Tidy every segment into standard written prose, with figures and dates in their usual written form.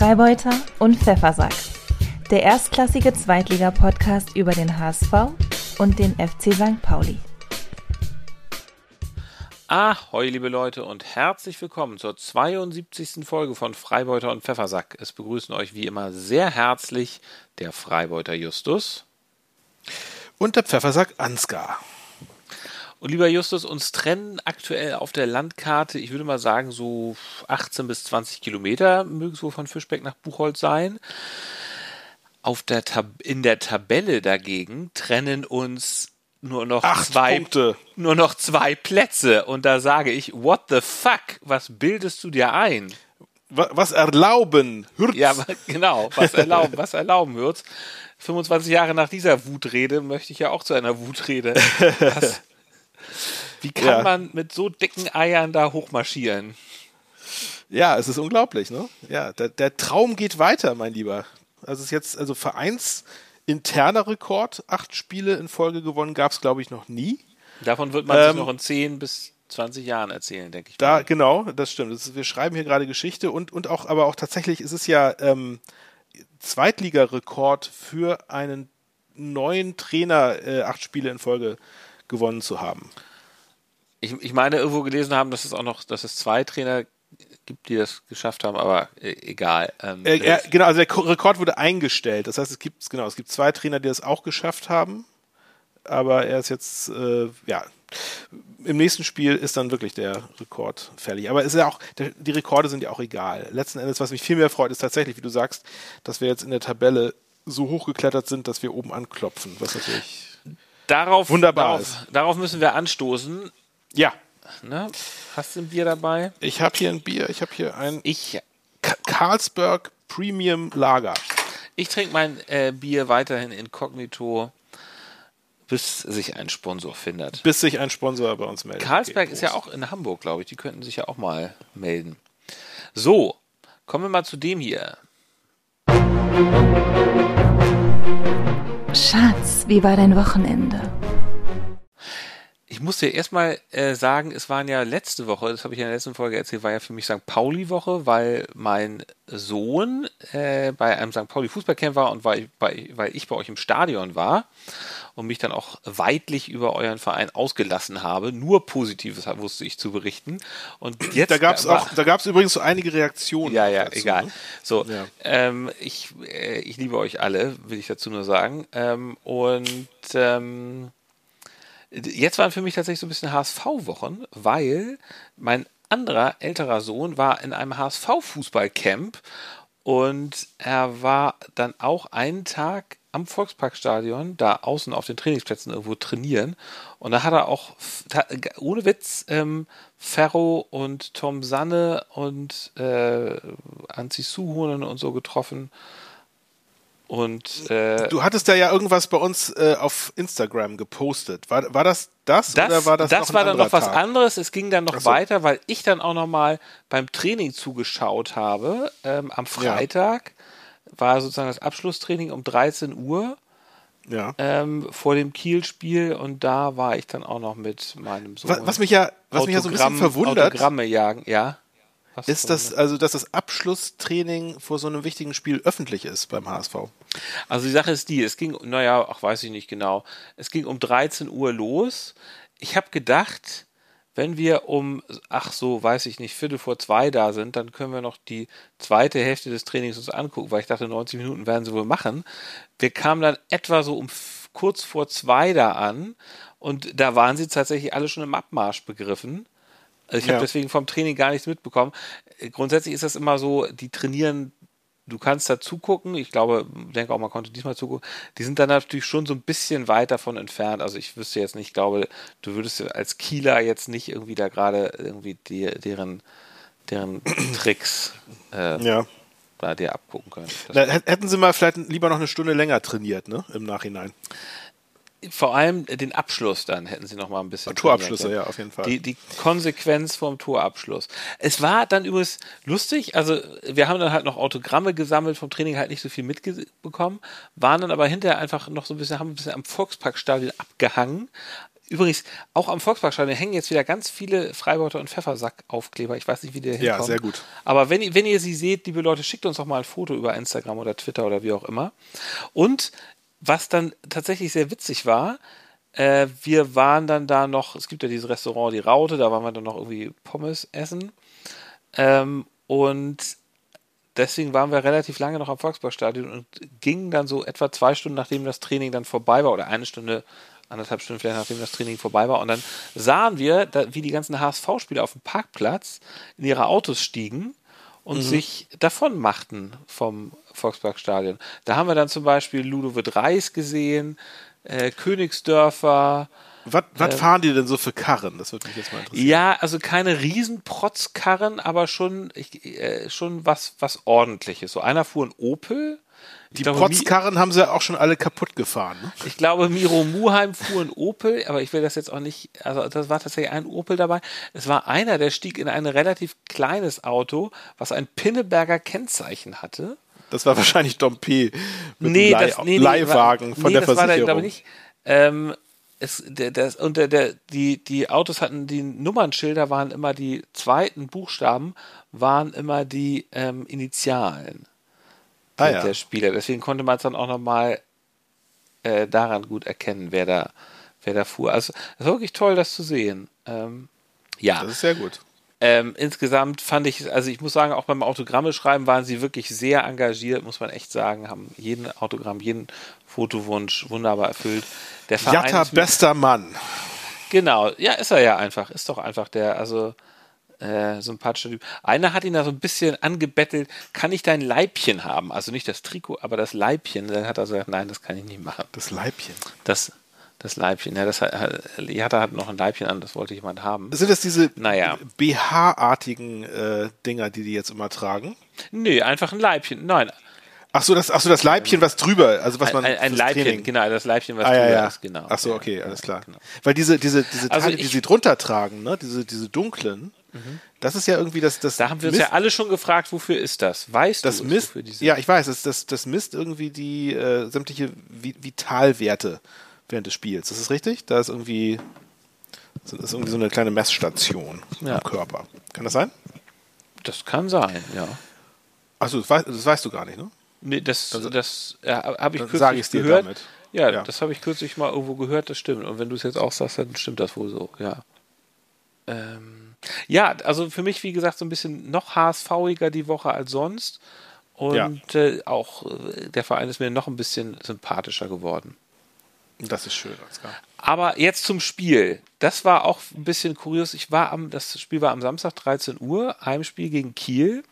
Freibeuter und Pfeffersack. Der erstklassige Zweitliga-Podcast über den HSV und den FC St. Pauli. Ahoi, liebe Leute, und herzlich willkommen zur 72. Folge von Freibeuter und Pfeffersack. Es begrüßen euch wie immer sehr herzlich der Freibeuter Justus und der Pfeffersack Ansgar. Und lieber Justus, uns trennen aktuell auf der Landkarte, ich würde mal sagen, so 18 bis 20 Kilometer mögen es wohl von Fischbeck nach Buchholz sein. In der Tabelle dagegen trennen uns nur noch 2 Plätze. Und da sage ich, what the fuck, was bildest du dir ein? Was erlauben Hürz? Ja, genau, was erlauben Hürz. 25 Jahre nach dieser Wutrede möchte ich ja auch zu einer Wutrede. Wie kann man mit so dicken Eiern da hochmarschieren? Ja, es ist unglaublich, ne? Ja, der Traum geht weiter, mein Lieber. Also es ist jetzt vereinsinterner Rekord. 8 Spiele in Folge gewonnen gab es, glaube ich, noch nie. Davon wird man sich noch in 10 bis 20 Jahren erzählen, denke ich. Genau, das stimmt. Wir schreiben hier gerade Geschichte aber auch tatsächlich ist es ja Zweitligarekord für einen neuen Trainer 8 Spiele in Folge gewonnen zu haben. Ich meine, irgendwo gelesen haben, dass es 2 Trainer gibt, die das geschafft haben, aber egal. Genau, also der Rekord wurde eingestellt. Das heißt, es gibt 2 Trainer, die das auch geschafft haben, aber er ist jetzt, im nächsten Spiel ist dann wirklich der Rekord fällig. Aber es ist ja auch, die Rekorde sind ja auch egal. Letzten Endes, was mich viel mehr freut, ist tatsächlich, wie du sagst, dass wir jetzt in der Tabelle so hochgeklettert sind, dass wir oben anklopfen, was natürlich wunderbar ist. Darauf müssen wir anstoßen. Ja. Ne? Hast du ein Bier dabei? Ich habe hier ein Bier. Ich habe hier ein Carlsberg Premium Lager. Ich trinke mein Bier weiterhin inkognito, bis sich ein Sponsor findet. Bis sich ein Sponsor bei uns meldet. Carlsberg ist ja auch in Hamburg, glaube ich. Die könnten sich ja auch mal melden. So, kommen wir mal zu dem hier. Schatz, wie war dein Wochenende? Ich muss dir erstmal sagen, es waren ja letzte Woche, das habe ich in der letzten Folge erzählt, war ja für mich St. Pauli-Woche, weil mein Sohn bei einem St. Pauli-Fußballcamp war und weil ich bei euch im Stadion war und mich dann auch weidlich über euren Verein ausgelassen habe. Nur Positives wusste ich zu berichten. Und jetzt da gab's übrigens so einige Reaktionen. Ja, dazu, egal. Ne? So, ja. Ich liebe euch alle, will ich dazu nur sagen. Jetzt waren für mich tatsächlich so ein bisschen HSV-Wochen, weil mein anderer älterer Sohn war in einem HSV-Fußballcamp und er war dann auch einen Tag am Volksparkstadion, da außen auf den Trainingsplätzen irgendwo trainieren. Und da hat er auch, ohne Witz, Ferro und Tom Sanne und Anzi Suhonen und so getroffen. Und, du hattest ja irgendwas bei uns auf Instagram gepostet. War das oder war das noch ein war dann noch was Tag? anderes. Es ging dann noch weiter, weil ich dann auch noch mal beim Training zugeschaut habe. Am Freitag war sozusagen das Abschlusstraining um 13 Uhr vor dem Kiel-Spiel und da war ich dann auch noch mit meinem Sohn. Was mich ja so ein bisschen verwundert, Autogramme jagen, ja. Ist das, also dass das Abschlusstraining vor so einem wichtigen Spiel öffentlich ist beim HSV? Also die Sache ist es ging, weiß ich nicht genau, es ging um 13 Uhr los. Ich habe gedacht, wenn wir weiß ich nicht, 1:45 da sind, dann können wir noch die zweite Hälfte des Trainings uns angucken, weil ich dachte, 90 Minuten werden sie wohl machen. Wir kamen dann etwa so kurz vor 2 da an und da waren sie tatsächlich alle schon im Abmarsch begriffen. Also ich habe deswegen vom Training gar nichts mitbekommen. Grundsätzlich ist das immer so, die trainieren, du kannst da zugucken, denke auch, man konnte diesmal zugucken, die sind dann natürlich schon so ein bisschen weit davon entfernt, also ich wüsste jetzt nicht, ich glaube, du würdest als Kieler jetzt nicht irgendwie da gerade irgendwie deren Tricks da dir abgucken können. Hätten sie mal vielleicht lieber noch eine Stunde länger trainiert, ne, im Nachhinein. Vor allem den Abschluss dann hätten sie noch mal ein bisschen. Torabschlüsse, ja, auf jeden Fall. Die Konsequenz vom Torabschluss. Es war dann übrigens lustig, also wir haben dann halt noch Autogramme gesammelt, vom Training halt nicht so viel mitbekommen, waren dann aber hinterher einfach noch haben ein bisschen am Volksparkstadion abgehangen, Übrigens, auch am Volksparkstadion hängen jetzt wieder ganz viele Freibeuter und Pfeffersack-Aufkleber. Ich weiß nicht, wie der hinkommt. Ja, sehr gut. Aber wenn ihr sie seht, liebe Leute, schickt uns doch mal ein Foto über Instagram oder Twitter oder wie auch immer. Und was dann tatsächlich sehr witzig war, wir waren dann da noch, es gibt ja dieses Restaurant Die Raute, da waren wir dann noch irgendwie Pommes essen. Und deswegen waren wir relativ lange noch am Volksparkstadion und gingen dann so etwa 2 Stunden, nachdem das Training dann vorbei war, oder 1 Stunde, 1,5 Stunden vielleicht, nachdem das Training vorbei war. Und dann sahen wir, wie die ganzen HSV-Spieler auf dem Parkplatz in ihre Autos stiegen und sich davon machten vom Volksparkstadion. Da haben wir dann zum Beispiel Ludovic Reis gesehen, Königsdörfer. Was fahren die denn so für Karren? Das würde mich jetzt mal interessieren. Ja, also keine Riesenprotzkarren, aber schon was Ordentliches. So einer fuhr ein Opel. Die Protzkarren haben sie ja auch schon alle kaputt gefahren. Ne? Ich glaube, Miro Muheim fuhr ein Opel, aber ich will das jetzt auch nicht, also das war tatsächlich ein Opel dabei. Es war einer, der stieg in ein relativ kleines Auto, was ein Pinneberger Kennzeichen hatte. Das war wahrscheinlich Dompe mit einem Leihwagen von der Versicherung. Das war der, glaube ich, nicht. Die Autos hatten, die Nummernschilder waren immer, die zweiten Buchstaben waren immer die Initialen der Spieler. Deswegen konnte man es dann auch nochmal daran gut erkennen, wer da fuhr. Also es war wirklich toll, das zu sehen. Ja. Das ist sehr gut. Insgesamt fand ich, also ich muss sagen, auch beim Autogramme schreiben waren sie wirklich sehr engagiert, muss man echt sagen, haben jeden Autogramm, jeden Fotowunsch wunderbar erfüllt. Der Verein Jatta, bester Mann. Genau, ja, ist er ja einfach, ist doch einfach der, also sympathischer Typ. Einer hat ihn da so ein bisschen angebettelt, kann ich dein Leibchen haben? Also nicht das Trikot, aber das Leibchen. Dann hat er gesagt, nein, das kann ich nicht machen. Das Leibchen? Das Leibchen, ja, Jatta hat noch ein Leibchen an, das wollte jemand haben. Sind das diese BH-artigen Dinger, die jetzt immer tragen? Nee, einfach ein Leibchen, nein. Ach so, das Leibchen, was drüber, also was man ein Leibchen, Training. Genau, das Leibchen, was drüber ist, genau. Ach so, okay, alles klar. Genau. Weil diese Teile, die sie drunter tragen, ne, diese dunklen, das ist ja irgendwie das da haben wir uns ja alle schon gefragt, wofür ist das? Weißt das du, misst, wofür diese? Ja, ich weiß, das misst irgendwie die sämtliche Vitalwerte während des Spiels. Das ist richtig? Da ist irgendwie so eine kleine Messstation am Körper. Kann das sein? Das kann sein, ja. Achso, das weißt du gar nicht, ne? Nee, das habe ich kürzlich gehört. Damit. Ja, das habe ich kürzlich mal irgendwo gehört, das stimmt. Und wenn du es jetzt auch sagst, dann stimmt das wohl so, ja. Ja, also für mich, wie gesagt, so ein bisschen noch HSV-iger die Woche als sonst. Und auch der Verein ist mir noch ein bisschen sympathischer geworden. Das ist schön, ganz klar. Aber jetzt zum Spiel. Das war auch ein bisschen kurios. Das Spiel war am Samstag 13 Uhr, Heimspiel gegen Kiel.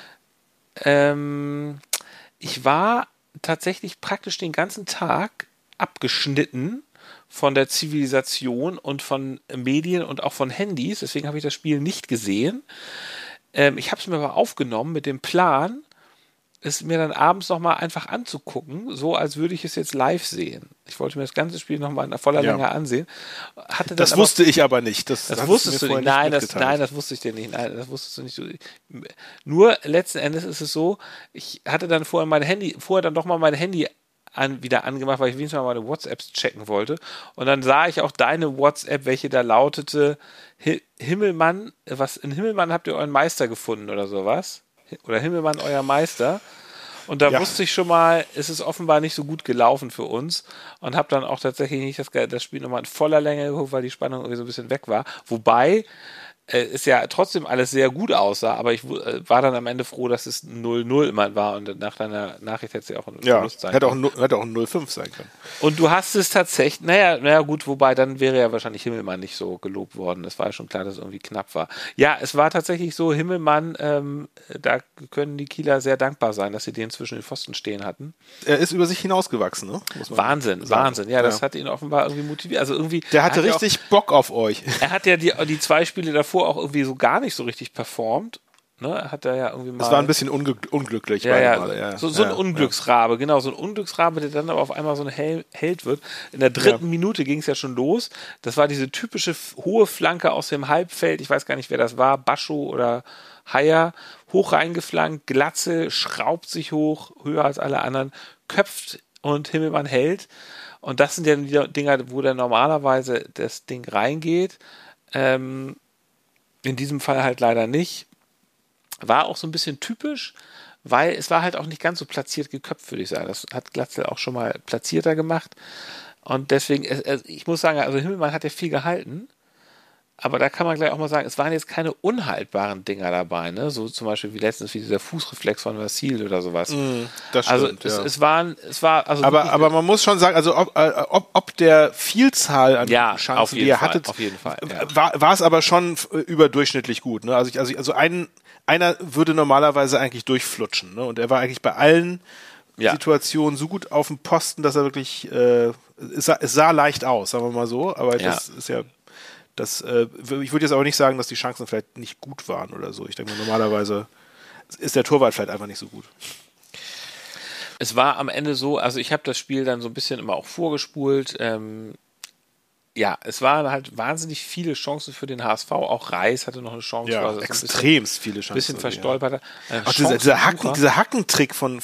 Ich war tatsächlich praktisch den ganzen Tag abgeschnitten von der Zivilisation und von Medien und auch von Handys. Deswegen habe ich das Spiel nicht gesehen. Ich habe es mir aber aufgenommen mit dem Plan, es mir dann abends nochmal einfach anzugucken, so als würde ich es jetzt live sehen. Ich wollte mir das ganze Spiel nochmal in voller Länge ansehen. Das wusste ich aber nicht. Das wusstest du nicht. Nein, das wusste ich dir nicht. Nein, das wusstest du nicht. Nur letzten Endes ist es so, ich hatte dann vorher dann doch mal mein Handy wieder angemacht, weil ich wenigstens mal meine WhatsApps checken wollte. Und dann sah ich auch deine WhatsApp, welche da lautete, Himmelmann, in Himmelmann habt ihr euren Meister gefunden oder sowas? Oder Himmelmann, euer Meister. Und da wusste ich schon mal, es ist offenbar nicht so gut gelaufen für uns und habe dann auch tatsächlich nicht das Spiel nochmal in voller Länge geguckt, weil die Spannung irgendwie so ein bisschen weg war. Wobei es ja trotzdem alles sehr gut aussah, aber ich war dann am Ende froh, dass es 0-0 immer war und nach deiner Nachricht hätte es ja auch ein Verlust sein können. Hätte auch ein 0-5 sein können. Und du hast es tatsächlich, naja gut, wobei dann wäre ja wahrscheinlich Himmelmann nicht so gelobt worden. Es war ja schon klar, dass es irgendwie knapp war. Ja, es war tatsächlich so, Himmelmann, da können die Kieler sehr dankbar sein, dass sie den zwischen den Pfosten stehen hatten. Er ist über sich hinausgewachsen, ne? Wahnsinn. Ja, das hat ihn offenbar irgendwie motiviert. Also irgendwie. Der hatte richtig Bock auf euch. Er hat ja die 2 Spiele davor auch irgendwie so gar nicht so richtig performt. Ne? Hat er ja irgendwie mal. Es war ein bisschen unglücklich. So ein Unglücksrabe, genau. So ein Unglücksrabe, der dann aber auf einmal so ein Held wird. In der 3. Minute ging es ja schon los. Das war diese typische hohe Flanke aus dem Halbfeld. Ich weiß gar nicht, wer das war. Bascho oder Haier. Hoch reingeflankt. Glatze, schraubt sich hoch, höher als alle anderen, köpft und Himmelmann hält. Und das sind ja die Dinger, wo dann normalerweise das Ding reingeht. In diesem Fall halt leider nicht. War auch so ein bisschen typisch, weil es war halt auch nicht ganz so platziert geköpft, würde ich sagen. Das hat Glatzel auch schon mal platzierter gemacht. Und deswegen, ich muss sagen, also Himmelmann hat ja viel gehalten. Aber da kann man gleich auch mal sagen, es waren jetzt keine unhaltbaren Dinger dabei, ne? So zum Beispiel wie letztens wie dieser Fußreflex von Vassil oder sowas. Das stimmt, also es war also aber man muss schon sagen, also ob der Vielzahl an Chancen, die ihr hattet, auf jeden Fall, war es aber schon überdurchschnittlich gut, ne? Also einer würde normalerweise eigentlich durchflutschen, ne? Und er war eigentlich bei allen Situationen so gut auf dem Posten, dass er wirklich es sah leicht aus, sagen wir mal so, aber das ist ja ich würde jetzt aber nicht sagen, dass die Chancen vielleicht nicht gut waren oder so. Ich denke mal, normalerweise ist der Torwart vielleicht einfach nicht so gut. Es war am Ende so, also ich habe das Spiel dann so ein bisschen immer auch vorgespult. Es waren halt wahnsinnig viele Chancen für den HSV. Auch Reis hatte noch eine Chance. Ja, so extremst viele Chancen. Ein bisschen verstolpert. Auch dieser Hackentrick von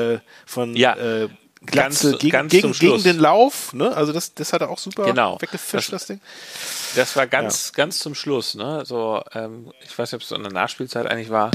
Glatzel gegen den Lauf, ne? Also das hat er auch super weggefischt, das Ding. Das war ganz zum Schluss, ne? So, ich weiß nicht, ob es so in der Nachspielzeit eigentlich war.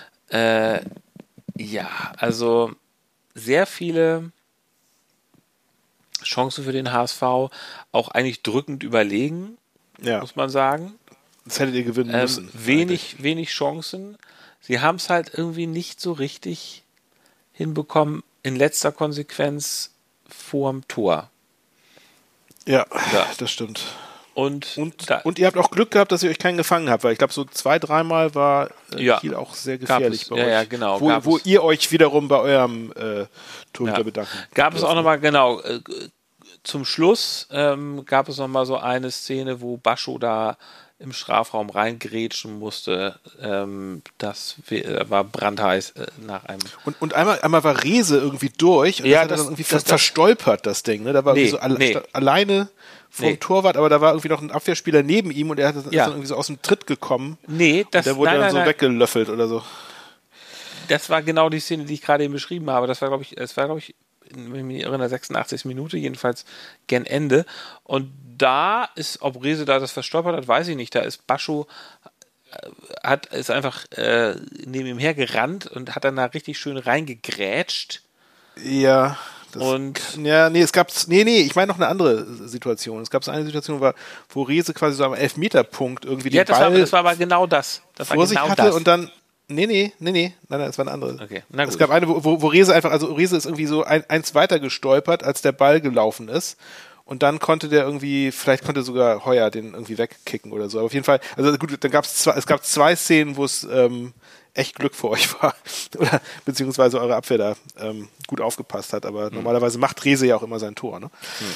Also sehr viele Chancen für den HSV, auch eigentlich drückend überlegen, muss man sagen. Das hättet ihr gewinnen müssen. Wenig Chancen. Sie haben es halt irgendwie nicht so richtig hinbekommen, in letzter Konsequenz vorm Tor. Ja, das stimmt. Und ihr habt auch Glück gehabt, dass ihr euch keinen gefangen habt, weil ich glaube, so 2-3 Mal war Kiel auch sehr gefährlich bei euch. Ja, genau. Wo ihr euch wiederum bei eurem Torhüter bedanken. Gab es auch nochmal, zum Schluss gab es nochmal so eine Szene, wo Bascho da im Strafraum reingrätschen musste. Das war brandheiß nach einem... Und einmal war Rehse irgendwie durch und das hat er dann irgendwie verstolpert, das Ding. Ne? Da war irgendwie so alleine vom Torwart, aber da war irgendwie noch ein Abwehrspieler neben ihm und er ist dann irgendwie so aus dem Tritt gekommen. Der wurde dann so weggelöffelt oder so. Das war genau die Szene, die ich gerade eben beschrieben habe. Das war, glaube ich, wenn ich mich irre, in der 86. Minute, jedenfalls gen Ende. Und da ist, ob Rehse da das verstolpert hat, weiß ich nicht. Da ist Bascho, ist einfach neben ihm hergerannt und hat dann da richtig schön reingegrätscht. Ja. Ich meine noch eine andere Situation. Es gab so eine Situation, wo Rehse quasi so am Elfmeterpunkt irgendwie den Ball das war aber genau das. Vor sich hatte und dann nein, das war eine andere. Okay, na gut. Es gab eine, wo Rehse einfach, also Rehse ist irgendwie so eins weiter gestolpert, als der Ball gelaufen ist. Und dann vielleicht konnte sogar Heuer den irgendwie wegkicken oder so. Aber auf jeden Fall, also gut, dann es gab zwei Szenen, wo es echt Glück für euch war. Oder beziehungsweise eure Abwehr da gut aufgepasst hat. Aber normalerweise macht Rehse ja auch immer sein Tor. Ne?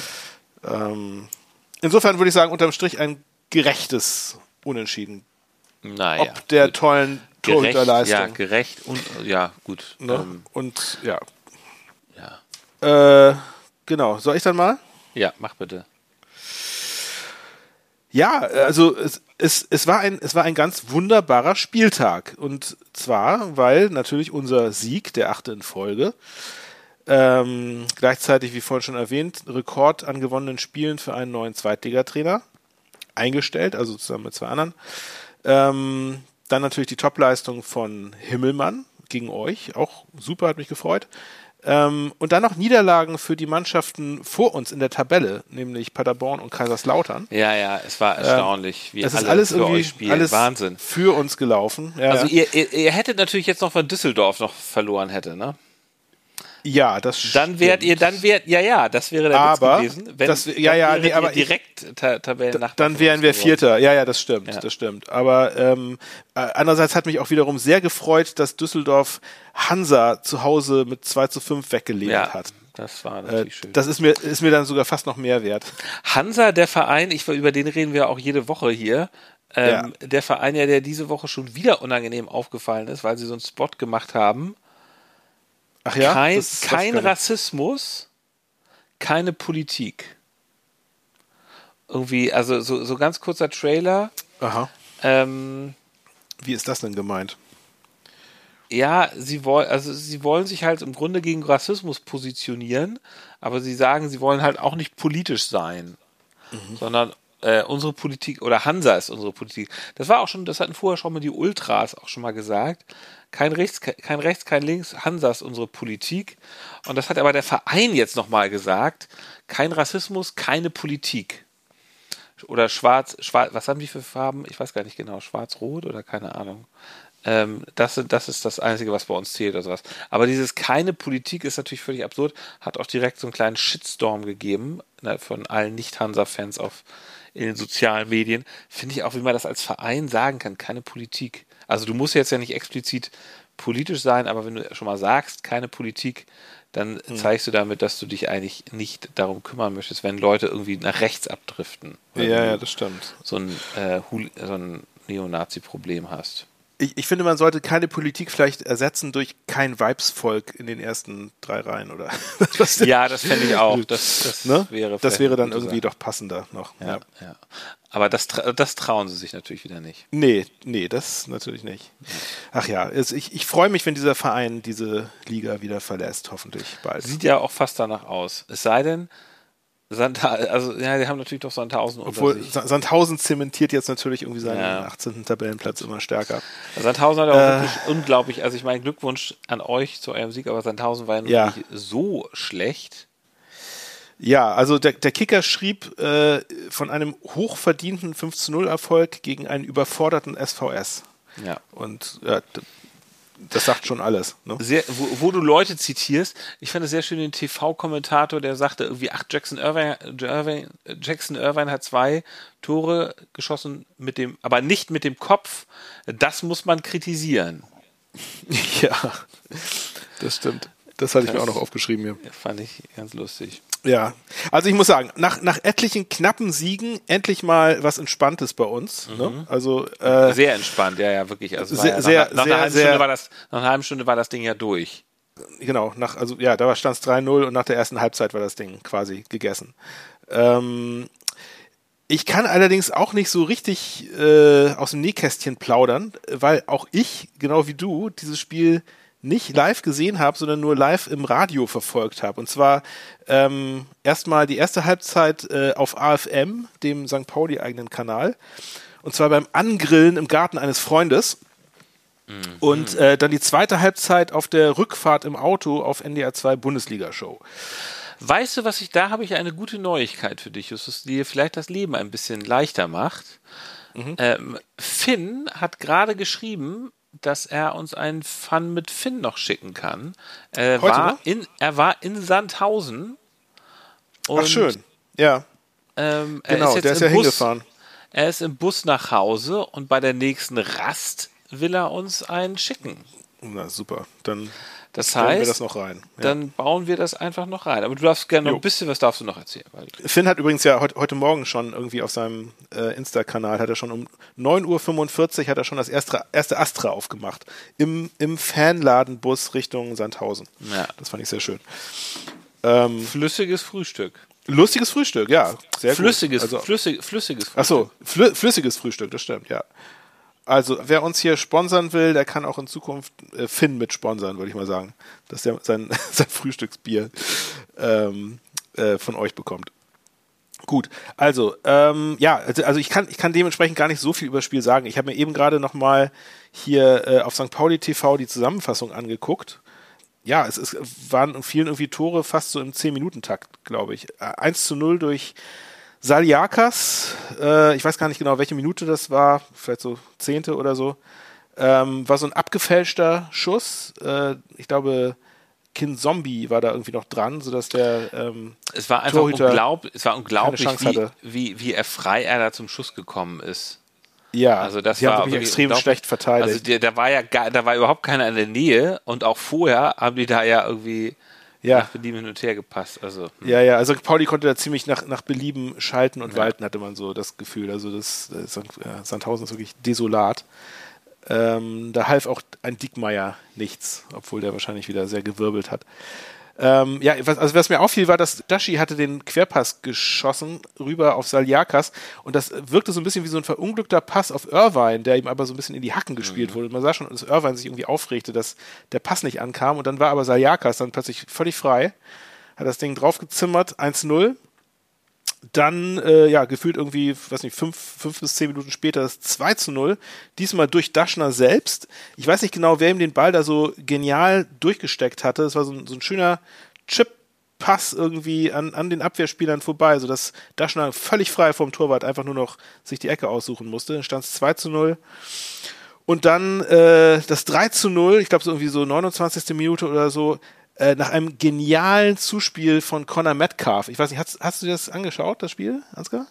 Insofern würde ich sagen, unterm Strich ein gerechtes Unentschieden. Naja, ob der tollen Torhüterleistung. Ja, gerecht und gut. Ne? Und ja. Ja. Genau. Soll ich dann mal? Ja, mach bitte. Ja, also es war ein ganz wunderbarer Spieltag. Und zwar, weil natürlich unser Sieg, der 8. in Folge, gleichzeitig, wie vorhin schon erwähnt, Rekord an gewonnenen Spielen für einen neuen Zweitligatrainer eingestellt, also zusammen mit 2 anderen. Dann natürlich die Topleistung von Himmelmann gegen euch, auch super, hat mich gefreut. Und dann noch Niederlagen für die Mannschaften vor uns in der Tabelle, nämlich Paderborn und Kaiserslautern. Ja, es war erstaunlich, wie es ist alle alles für irgendwie euch spielen. alles Wahnsinn. Für uns gelaufen. Ja, also ihr hättet natürlich jetzt noch, wenn Düsseldorf noch verloren hätte, ne? Ja, das dann wärt ihr, das wäre der Witz gewesen. Aber direkt Tabellennachbar. Dann wären wir Vierter. Ja, das stimmt. Aber andererseits hat mich auch wiederum sehr gefreut, dass Düsseldorf Hansa zu Hause mit 2:5 weggelegt hat. Das war natürlich schön. Das ist mir dann sogar fast noch mehr wert. Hansa, der Verein, über den reden wir auch jede Woche hier. Der Verein, der diese Woche schon wieder unangenehm aufgefallen ist, weil sie so einen Spot gemacht haben. Ach ja? Kein Rassismus, keine Politik. Irgendwie, also so ganz kurzer Trailer. Aha. Wie ist das denn gemeint? Ja, sie wollen sich halt im Grunde gegen Rassismus positionieren, aber sie sagen, sie wollen halt auch nicht politisch sein, sondern unsere Politik oder Hansa ist unsere Politik. Das hatten vorher schon mal die Ultras auch schon mal gesagt. Kein Rechts, kein Links, Hansa ist unsere Politik. Und das hat aber der Verein jetzt nochmal gesagt. Kein Rassismus, keine Politik. Oder schwarz, was haben die für Farben? Ich weiß gar nicht genau. Schwarz-Rot oder keine Ahnung. Das ist das Einzige, was bei uns zählt oder sowas. Aber dieses keine Politik ist natürlich völlig absurd. Hat auch direkt so einen kleinen Shitstorm gegeben, ne, von allen Nicht-Hansa-Fans in den sozialen Medien. Finde ich auch, wie man das als Verein sagen kann, keine Politik. Also du musst jetzt ja nicht explizit politisch sein, aber wenn du schon mal sagst, keine Politik, dann zeigst du damit, dass du dich eigentlich nicht darum kümmern möchtest, wenn Leute irgendwie nach rechts abdriften. Ja, das stimmt. So ein Neonazi-Problem hast. Ich finde, man sollte keine Politik vielleicht ersetzen durch kein Vibes-Volk in den ersten 3 Reihen, oder? Ja, das fände ich auch. Das wäre dann irgendwie doch passender noch. Ja. Aber das trauen sie sich natürlich wieder nicht. Nee, das natürlich nicht. Ach ja, ich freue mich, wenn dieser Verein diese Liga wieder verlässt, hoffentlich bald. Sieht ja auch fast danach aus. Es sei denn, die haben natürlich doch Sandhausen Obwohl unter sich. Sandhausen zementiert jetzt natürlich irgendwie seinen 18. Tabellenplatz immer stärker. Sandhausen hat auch wirklich unglaublich, also ich meine, Glückwunsch an euch zu eurem Sieg, aber Sandhausen war ja nicht so schlecht. Ja, also der Kicker schrieb von einem hochverdienten 5-0-Erfolg gegen einen überforderten SVS. Ja. Und das sagt schon alles. Ne? Wo du Leute zitierst, ich fand es sehr schön den TV-Kommentator, der sagte irgendwie, Jackson Irvine hat 2 Tore geschossen, aber nicht mit dem Kopf. Das muss man kritisieren. Ja, das stimmt. Das hatte ich mir auch noch aufgeschrieben hier. Fand ich ganz lustig. Ja, also ich muss sagen, nach etlichen knappen Siegen endlich mal was Entspanntes bei uns. Ne? Also sehr entspannt, ja, wirklich. Also nach einer halben Stunde war das Ding ja durch. Genau, da stand es 3-0 und nach der ersten Halbzeit war das Ding quasi gegessen. Ich kann allerdings auch nicht so richtig aus dem Nähkästchen plaudern, weil auch ich, genau wie du, dieses Spiel nicht live gesehen habe, sondern nur live im Radio verfolgt habe. Und zwar erstmal die erste Halbzeit auf AFM, dem St. Pauli-eigenen Kanal. Und zwar beim Angrillen im Garten eines Freundes. Und dann die zweite Halbzeit auf der Rückfahrt im Auto auf NDR 2 Bundesliga-Show. Weißt du, da habe ich eine gute Neuigkeit für dich, Justus, die dir vielleicht das Leben ein bisschen leichter macht. Finn hat gerade geschrieben, dass er uns einen Fun mit Finn noch schicken kann. Er war in Sandhausen. Und, ach, schön. Ja. Genau, der ist ja hingefahren. Er ist im Bus nach Hause und bei der nächsten Rast will er uns einen schicken. Na super, dann das bauen heißt, wir das noch rein. Ja. Dann bauen wir das einfach noch rein. Aber du darfst gerne noch ein bisschen, was darfst du noch erzählen? Finn hat übrigens ja heute Morgen schon irgendwie auf seinem Insta-Kanal, hat er schon um 9:45 Uhr hat er schon das erste Astra aufgemacht. Im Fanladenbus Richtung Sandhausen. Ja. Das fand ich sehr schön. Flüssiges Frühstück. Lustiges Frühstück, ja. Sehr flüssiges, gut. Also, flüssiges Frühstück. Achso, flüssiges Frühstück, das stimmt, ja. Also, wer uns hier sponsern will, der kann auch in Zukunft Finn mit sponsern, würde ich mal sagen. Dass der sein Frühstücksbier von euch bekommt. Gut, also, ich kann dementsprechend gar nicht so viel über das Spiel sagen. Ich habe mir eben gerade nochmal hier auf St. Pauli TV die Zusammenfassung angeguckt. Ja, es waren in vielen irgendwie Tore fast so im 10-Minuten-Takt, glaube ich. 1:0 durch Saliakas, ich weiß gar nicht genau, welche Minute das war, vielleicht so 10. oder so, war so ein abgefälschter Schuss. Ich glaube, Kinzombie war da irgendwie noch dran, sodass der es war einfach unglaublich, wie frei er da zum Schuss gekommen ist. Ja, also das die war haben wirklich extrem schlecht verteidigt. Also da war überhaupt keiner in der Nähe und auch vorher haben die da ja irgendwie nach Belieben hin und her gepasst. Also, also Pauli konnte da ziemlich nach Belieben schalten und walten, hatte man so das Gefühl. Also Sandhausen ist wirklich desolat. Da half auch ein Diekmeyer nichts, obwohl der wahrscheinlich wieder sehr gewirbelt hat. Was mir auffiel, war, dass Dashi hatte den Querpass geschossen rüber auf Saliakas und das wirkte so ein bisschen wie so ein verunglückter Pass auf Irvine, der ihm aber so ein bisschen in die Hacken gespielt wurde. Und man sah schon, dass Irvine sich irgendwie aufregte, dass der Pass nicht ankam und dann war aber Saliakas dann plötzlich völlig frei, hat das Ding draufgezimmert, 1-0. Dann, gefühlt irgendwie, weiß nicht, 5 bis 10 Minuten später das 2-0. Diesmal durch Daschner selbst. Ich weiß nicht genau, wer ihm den Ball da so genial durchgesteckt hatte. Es war so ein schöner Chip-Pass irgendwie an den Abwehrspielern vorbei, sodass Daschner völlig frei vom Torwart einfach nur noch sich die Ecke aussuchen musste. Dann stand es 2-0. Und dann das 3-0, ich glaube so irgendwie so 29. Minute oder so, nach einem genialen Zuspiel von Connor Metcalf. Ich weiß nicht, hast du dir das angeschaut, das Spiel, Ansgar?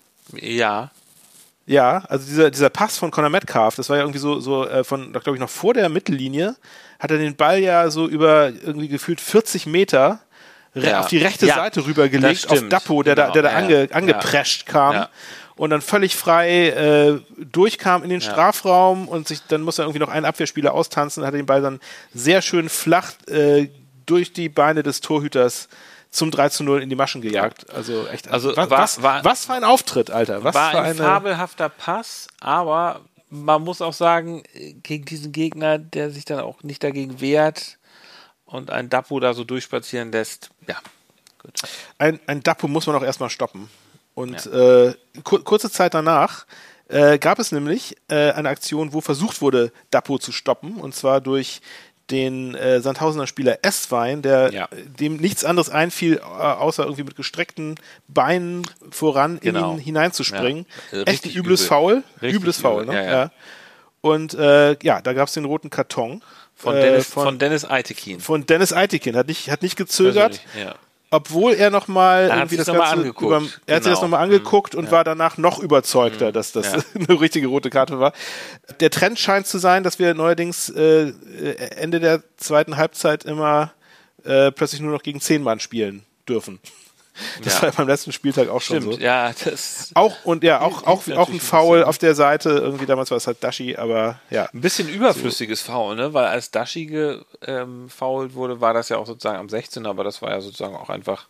Ja. Ja, also dieser Pass von Connor Metcalf, das war ja irgendwie so von, glaube ich, noch vor der Mittellinie, hat er den Ball ja so über irgendwie gefühlt 40 Meter auf die rechte Seite rübergelegt, auf Dapo, der da angeprescht kam. Ja. Und dann völlig frei durchkam in den Strafraum und dann muss er irgendwie noch einen Abwehrspieler austanzen, hat den Ball dann sehr schön flach durch die Beine des Torhüters zum 3-0 in die Maschen gejagt. Also echt. Was für ein Auftritt, Alter. Was war für ein fabelhafter Pass, aber man muss auch sagen, gegen diesen Gegner, der sich dann auch nicht dagegen wehrt und ein Dapo da so durchspazieren lässt, ja, gut. Ein Dapo muss man auch erstmal stoppen. Und kurze Zeit danach gab es nämlich eine Aktion, wo versucht wurde, Dapo zu stoppen, und zwar durch den Sandhausener Spieler Esswein, dem nichts anderes einfiel, außer irgendwie mit gestreckten Beinen voran in ihn hineinzuspringen. Ja. Echt ein übles Foul. Übles Foul, ne? Ja. Und da gab es den roten Karton. Von Dennis Eitekin. Von Dennis Eitekin. Hat nicht gezögert. Ja. Obwohl er nochmal irgendwie das Ganze er hat sich das nochmal angeguckt und war danach noch überzeugter, dass das eine richtige rote Karte war. Der Trend scheint zu sein, dass wir neuerdings Ende der zweiten Halbzeit immer plötzlich nur noch gegen 10 Mann spielen dürfen. Das war beim letzten Spieltag auch schon so. Ja, auch ein Foul auf der Seite. Irgendwie damals war es halt Dashi, aber ja. Ein bisschen überflüssiges Foul, ne? Weil als Dashi gefoult wurde, war das ja auch sozusagen am 16. Aber das war ja sozusagen auch einfach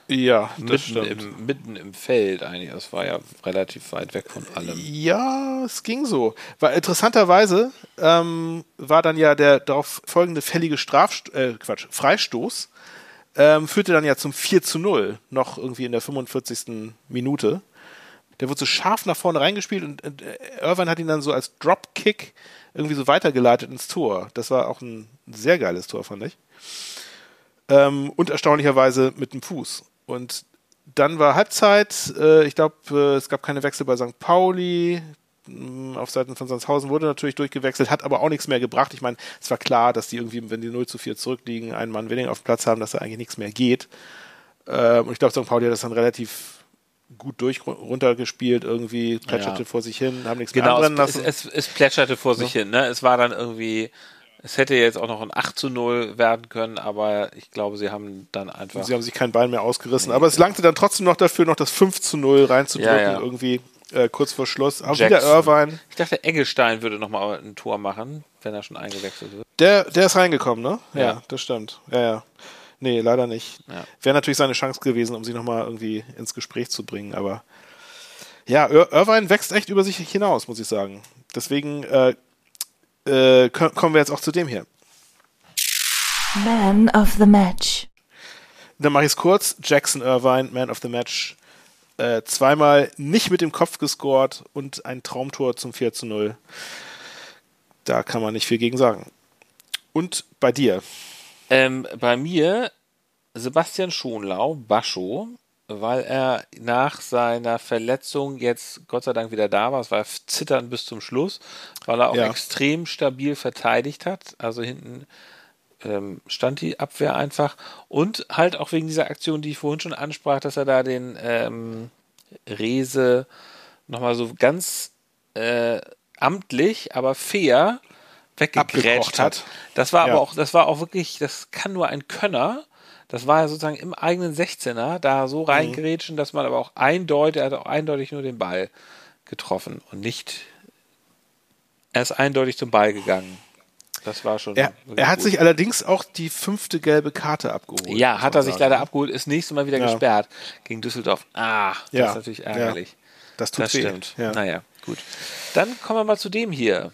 mitten im Feld eigentlich. Das war ja relativ weit weg von allem. Ja, es ging so. Weil interessanterweise war dann ja der darauf folgende fällige Freistoß. Führte dann ja zum 4-0, noch irgendwie in der 45. Minute. Der wurde so scharf nach vorne reingespielt und Irvine hat ihn dann so als Dropkick irgendwie so weitergeleitet ins Tor. Das war auch ein sehr geiles Tor, fand ich. Und erstaunlicherweise mit dem Fuß. Und dann war Halbzeit. Ich glaube, es gab keine Wechsel bei St. Pauli. Auf Seiten von Sandhausen wurde natürlich durchgewechselt, hat aber auch nichts mehr gebracht. Ich meine, es war klar, dass die irgendwie, wenn die 0-4 zurückliegen, einen Mann weniger auf dem Platz haben, dass da eigentlich nichts mehr geht. Und ich glaube, St. Pauli hat das dann relativ gut runtergespielt, irgendwie plätscherte vor sich hin, haben nichts mehr anbrennen lassen. Es plätscherte vor sich hin, ne? Es war dann irgendwie, es hätte jetzt auch noch ein 8-0 werden können, aber ich glaube, sie haben dann einfach... Sie haben sich kein Bein mehr ausgerissen, aber es langte dann trotzdem noch dafür, noch das 5-0 reinzudrücken, irgendwie kurz vor Schluss. Auch wieder Irvine. Ich dachte, Eggestein würde nochmal ein Tor machen, wenn er schon eingewechselt wird. Der ist reingekommen, ne? Ja, das stimmt. Ja. Nee, leider nicht. Ja. Wäre natürlich seine Chance gewesen, um sich nochmal irgendwie ins Gespräch zu bringen, aber ja, Irvine wächst echt über sich hinaus, muss ich sagen. Deswegen kommen wir jetzt auch zu dem hier. Man of the Match. Dann mache ich es kurz. Jackson Irvine, Man of the Match. Zweimal nicht mit dem Kopf gescored und ein Traumtor zum 4-0. Da kann man nicht viel gegen sagen. Und bei dir? Bei mir Sebastian Schonlau, Bascho, weil er nach seiner Verletzung jetzt Gott sei Dank wieder da war. Es war zitternd bis zum Schluss, weil er auch extrem stabil verteidigt hat. Also hinten stand die Abwehr einfach. Und halt auch wegen dieser Aktion, die ich vorhin schon ansprach, dass er da den Rehse nochmal so ganz amtlich, aber fair weggegrätscht hat. Das war aber auch, das war auch wirklich, das kann nur ein Könner. Das war ja sozusagen im eigenen 16er, da so reingrätschen, dass man aber auch er hat auch eindeutig nur den Ball getroffen und nicht, er ist eindeutig zum Ball gegangen. Das war schon. Er hat gut. sich allerdings auch die 5. gelbe Karte abgeholt. Ja, hat er sich leider abgeholt, ist nächstes Mal wieder Ja. gesperrt gegen Düsseldorf. Das Ja. ist natürlich ärgerlich. Ja. Das tut Das weh. stimmt. Ja. Naja, gut. Dann kommen wir mal zu dem hier.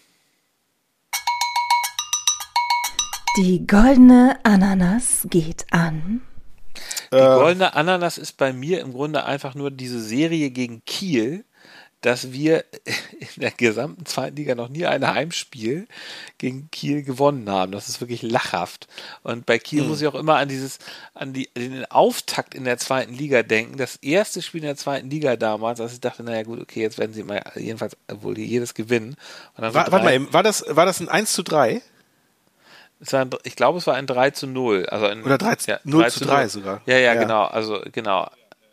Die goldene Ananas geht an. Die goldene Ananas ist bei mir im Grunde einfach nur diese Serie gegen Kiel, dass wir in der gesamten zweiten Liga noch nie ein Heimspiel gegen Kiel gewonnen haben. Das ist wirklich lachhaft. Und bei Kiel muss ich auch immer an den Auftakt in der zweiten Liga denken. Das erste Spiel in der zweiten Liga damals, als ich dachte, naja gut, okay, jetzt werden sie mal jedenfalls wohl jedes gewinnen. Und dann Warte mal eben, war das ein 1:3? Ich glaube, es war ein 3:0. Also Oder 0:3 sogar. Ja, genau. Also, genau.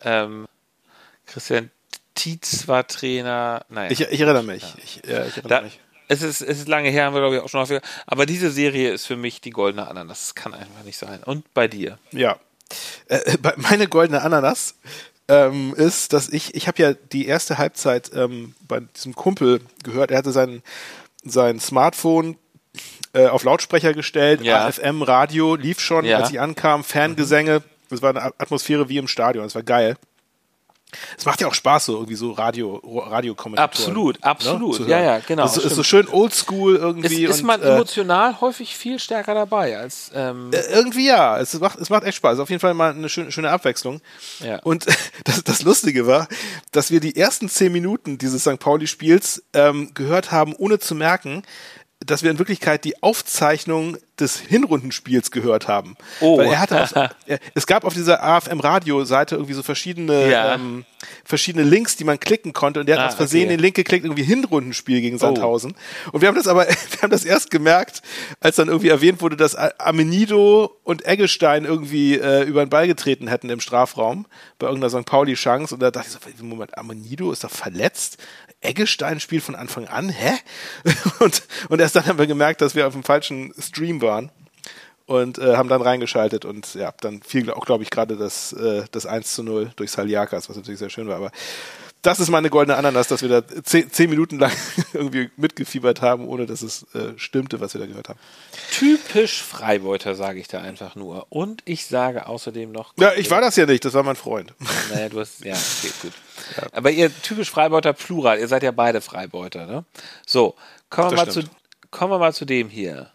Christian Tietz war Trainer. Naja. Ich erinnere mich. Ich erinnere mich. Es ist lange her, haben wir glaube ich auch schon häufiger. Aber diese Serie ist für mich die goldene Ananas. Das kann einfach nicht sein. Und bei dir? Ja. Meine goldene Ananas ist, dass ich habe ja die erste Halbzeit bei diesem Kumpel gehört. Er hatte sein Smartphone auf Lautsprecher gestellt, Ja. AFM, Radio, lief schon, Ja. als ich ankam, Fangesänge. Es war eine Atmosphäre wie im Stadion. Es war geil. Es macht ja auch Spaß, so irgendwie so Radiokommentatoren. Absolut. zu Ja, hören. ja, genau. Es ist so stimmt. schön oldschool irgendwie. Ist man emotional häufig viel stärker dabei als irgendwie ja, es macht echt Spaß. Auf jeden Fall mal eine schöne Abwechslung. Ja. Und das Lustige war, dass wir die ersten 10 Minuten dieses St. Pauli-Spiels gehört haben, ohne zu merken, dass wir in Wirklichkeit die Aufzeichnung des Hinrundenspiels gehört haben. Oh. Weil es gab auf dieser AFM-Radio-Seite irgendwie so verschiedene Links, die man klicken konnte, und der hat aus Versehen den Link geklickt, irgendwie Hinrundenspiel gegen Sandhausen. Und wir haben das erst gemerkt, als dann irgendwie erwähnt wurde, dass Amenido und Eggestein irgendwie über den Ball getreten hätten im Strafraum bei irgendeiner St. Pauli-Chance. Und da dachte ich so, Moment, Amenido ist doch verletzt? Eggestein spielt von Anfang an? Hä? Und erst dann haben wir gemerkt, dass wir auf dem falschen Stream waren und haben dann reingeschaltet, und ja, dann fiel auch, glaube ich, gerade das 1:0 durch Saliakas, was natürlich sehr schön war. Aber das ist meine goldene Ananas, dass wir da 10 Minuten lang irgendwie mitgefiebert haben, ohne dass es stimmte, was wir da gehört haben. typisch Freibeuter, sage ich da einfach nur. Und ich sage außerdem noch... Ja, ich war das ja nicht, das war mein Freund. Naja, du hast... Ja, okay, gut. Ja. Aber ihr typisch Freibeuter Plural, ihr seid ja beide Freibeuter, ne? So, kommen wir mal zu dem hier.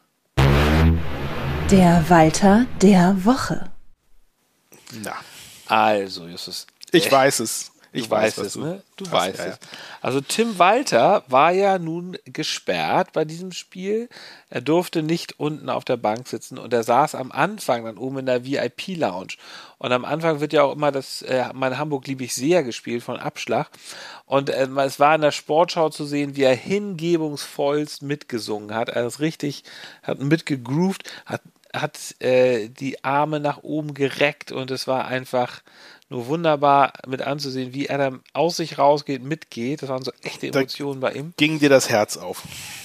Der Walter der Woche. Na, Also, Justus. ich weiß es. Du weißt es, ne? Du weißt ja, es. Also Tim Walter war ja nun gesperrt bei diesem Spiel. Er durfte nicht unten auf der Bank sitzen, und er saß am Anfang dann oben in der VIP-Lounge. Und am Anfang wird ja auch immer das Mein Hamburg liebe ich sehr gespielt von Abschlag. Und es war in der Sportschau zu sehen, wie er hingebungsvollst mitgesungen hat. Er hat mitgegroovt, hat die Arme nach oben gereckt, und es war einfach nur wunderbar mit anzusehen, wie er dann aus sich rausgeht, mitgeht. Das waren so echte Emotionen bei ihm. Ging dir das Herz auf?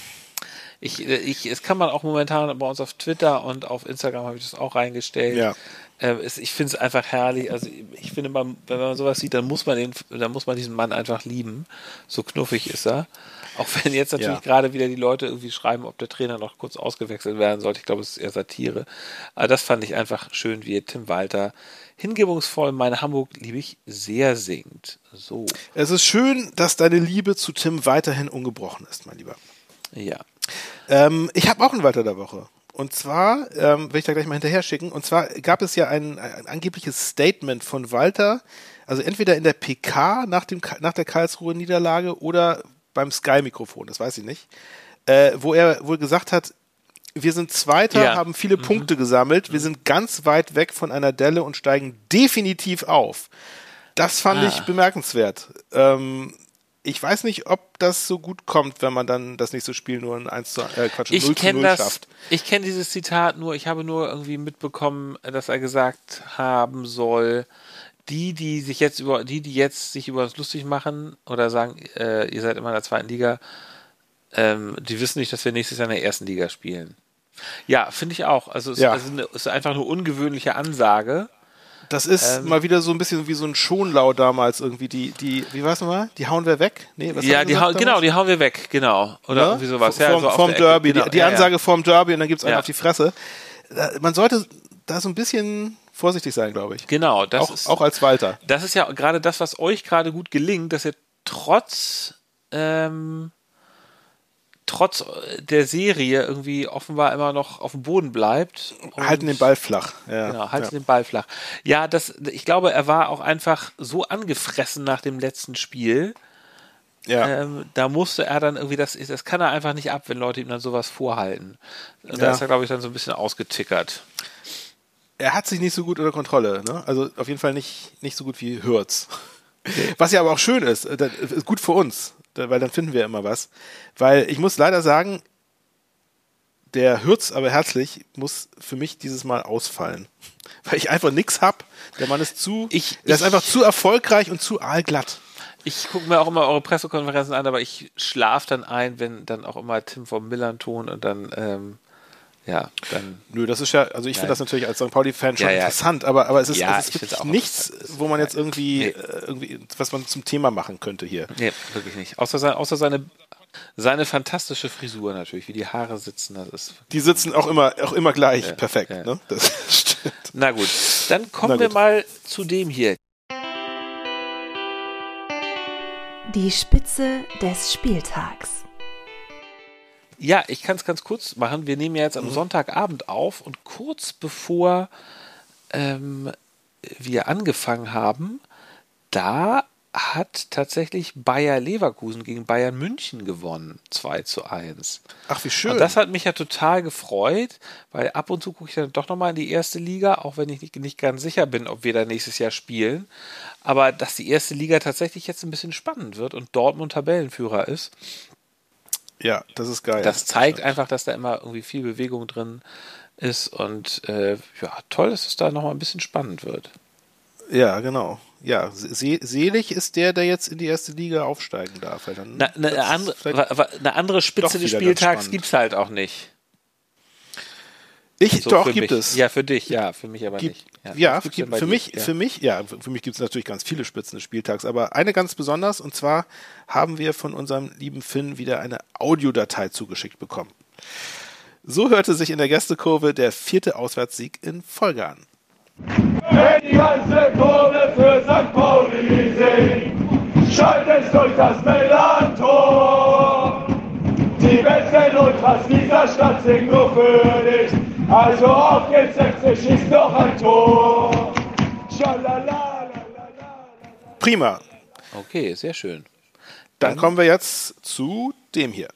Es kann man auch momentan bei uns auf Twitter und auf Instagram, habe ich das auch reingestellt. Ja. Ich finde es einfach herrlich. Also ich finde, wenn man sowas sieht, dann muss man diesen Mann einfach lieben. So knuffig ist er. Auch wenn jetzt natürlich gerade wieder die Leute irgendwie schreiben, ob der Trainer noch kurz ausgewechselt werden sollte. Ich glaube, es ist eher Satire. Aber das fand ich einfach schön, wie Tim Walter hingebungsvoll Mein Hamburg liebe ich sehr singt. So. Es ist schön, dass deine Liebe zu Tim weiterhin ungebrochen ist, mein Lieber. Ja. Ich habe auch einen Walter der Woche. Und zwar, will ich da gleich mal hinterher schicken, und zwar gab es ja ein angebliches Statement von Walter, also entweder in der PK nach der Karlsruher Niederlage oder beim Sky-Mikrofon, das weiß ich nicht, wo er wohl gesagt hat, wir sind Zweiter, haben viele Punkte gesammelt, wir sind ganz weit weg von einer Delle und steigen definitiv auf. Das fand ich bemerkenswert. Ich weiß nicht, ob das so gut kommt, wenn man dann das nächste Spiel nur ein 0:0 schafft. Ich kenne dieses Zitat nur, ich habe nur irgendwie mitbekommen, dass er gesagt haben soll, die jetzt sich über uns lustig machen oder sagen, ihr seid immer in der zweiten Liga, die wissen nicht, dass wir nächstes Jahr in der ersten Liga spielen. Ja, finde ich auch. Also es ist einfach eine ungewöhnliche Ansage. Das ist mal wieder so ein bisschen wie so ein Schonlau damals irgendwie. Wie war es nochmal? Die hauen wir weg? Nee, was Ja, die hauen wir weg, genau. Oder irgendwie sowas. Vorm Derby, genau. Die Ansage vorm Derby und dann gibt es einen Ja. auf die Fresse. Man sollte da so ein bisschen vorsichtig sein, glaube ich. Genau, Auch als Walter. Das ist ja gerade das, was euch gerade gut gelingt, dass ihr trotz der Serie irgendwie offenbar immer noch auf dem Boden bleibt. Halten den Ball flach. Ja. Genau, halten den Ball flach. Ja, ich glaube, er war auch einfach so angefressen nach dem letzten Spiel. Ja. Da musste er dann irgendwie, das kann er einfach nicht ab, wenn Leute ihm dann sowas vorhalten. Und da ist er, glaube ich, dann so ein bisschen ausgetickert. Er hat sich nicht so gut unter Kontrolle. Ne? Also auf jeden Fall nicht so gut wie Hürz. Was ja aber auch schön ist gut für uns, weil dann finden wir immer was. Weil ich muss leider sagen, der Hürz, aber herzlich, muss für mich dieses Mal ausfallen. Weil ich einfach nichts hab. Der Mann ist der ist einfach zu erfolgreich und zu aalglatt. Ich gucke mir auch immer eure Pressekonferenzen an, aber ich schlafe dann ein, wenn dann auch immer Tim vom Millern-Ton und dann Nö, das ist ja, also ich finde das natürlich als St. Pauli-Fan schon interessant, aber es ist wirklich nichts, wo man jetzt irgendwie was man zum Thema machen könnte hier. Nee, wirklich nicht. Außer seine fantastische Frisur natürlich, wie die Haare sitzen. Die sitzen auch immer gleich perfekt. Ja. Ne? Das stimmt. Na gut, dann kommen wir mal zu dem hier. Die Spitze des Spieltags. Ja, ich kann es ganz kurz machen. Wir nehmen ja jetzt am Sonntagabend auf und kurz bevor wir angefangen haben, da hat tatsächlich Bayer Leverkusen gegen Bayern München gewonnen, 2:1. Ach, wie schön. Und das hat mich ja total gefreut, weil ab und zu gucke ich dann doch nochmal in die erste Liga, auch wenn ich nicht ganz sicher bin, ob wir da nächstes Jahr spielen. Aber dass die erste Liga tatsächlich jetzt ein bisschen spannend wird und Dortmund Tabellenführer ist. Ja, das ist geil. Das zeigt einfach, dass da immer irgendwie viel Bewegung drin ist und toll, dass es da nochmal ein bisschen spannend wird. Ja, genau. Ja, selig ist der jetzt in die erste Liga aufsteigen darf. Eine andere Spitze des Spieltags gibt es halt auch nicht. Gibt es. Ja, für dich, ja, für mich aber nicht. Für mich gibt es natürlich ganz viele Spitzen des Spieltags, aber eine ganz besonders, und zwar haben wir von unserem lieben Finn wieder eine Audiodatei zugeschickt bekommen. So hörte sich in der Gästekurve der 4. Auswärtssieg in Folge an. Wenn die ganze Kurve für St. Pauli singt, schallt es durch das Mellantor. Die besten Ultras dieser Stadt singen nur für dich. Also auf geht's, schießt noch ein Tor. Prima. Okay, sehr schön. Dann kommen wir jetzt zu dem hier.